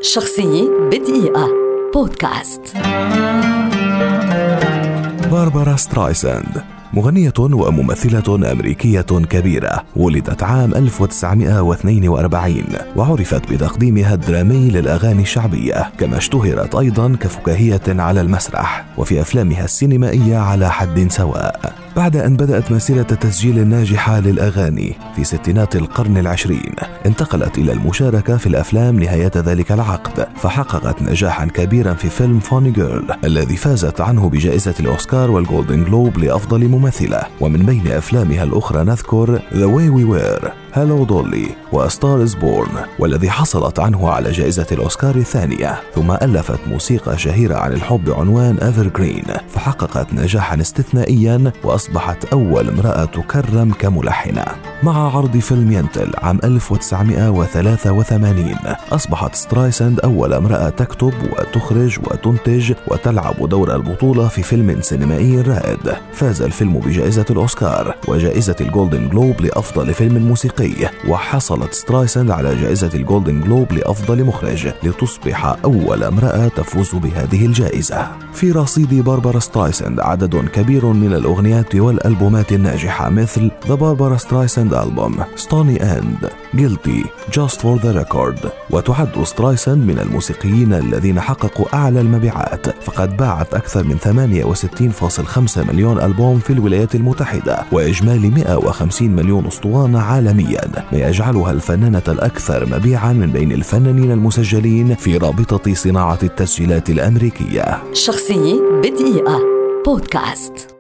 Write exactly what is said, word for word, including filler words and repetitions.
شخصية بدقيقة بودكاست. باربارا سترايساند مغنية وممثلة أمريكية كبيرة، ولدت عام ألف وتسعمائة واثنين وأربعين وعرفت بتقديمها الدرامي للأغاني الشعبية، كما اشتهرت أيضا كفكاهية على المسرح وفي أفلامها السينمائية على حد سواء. بعد أن بدأت مسيرة التسجيل الناجحة للأغاني في ستينات القرن العشرين، انتقلت إلى المشاركة في الأفلام نهاية ذلك العقد، فحققت نجاحا كبيرا في فيلم فاني جيرل الذي فازت عنه بجائزة الأوسكار والجولدن جلوب لأفضل ممثلة. ومن بين أفلامها الأخرى نذكر The Way We Were، هالو دولي، وستار is Born، والذي حصلت عنه على جائزة الأوسكار الثانية. ثم ألفت موسيقى شهيرة عن الحب بعنوان Evergreen، فحققت نجاحا استثنائيا وأصبحت أول امرأة تكرم كملحنة. مع عرض فيلم ينتل عام ألف وتسعمائة وثلاثة وثمانين، أصبحت سترايساند أول امرأة تكتب وتخرج وتنتج وتلعب دور البطولة في فيلم سينمائي رائد. فاز الفيلم بجائزة الأوسكار وجائزة الجولدن جلوب لأفضل فيلم موسيقي، وحصلت سترايساند على جائزة الجولدن جلوب لأفضل مخرج، لتصبح أول امرأة تفوز بهذه الجائزة. في رصيد باربارا سترايساند عدد كبير من الأغنيات والألبومات الناجحة مثل The Barbara Streisand Album، Stony End، Guilty، Just for the Record. وتعد سترايساند من الموسيقيين الذين حققوا أعلى المبيعات، فقد باعت أكثر من ثمانية وستين فاصلة خمسة مليون ألبوم في الولايات المتحدة، وإجمالي مئة وخمسين مليون أسطوانة عالميا، ما يجعلها الفنانة الأكثر مبيعا من بين الفنانين المسجلين في رابطة صناعة التسجيلات الأمريكية. شخصية بدقيقة بودكاست.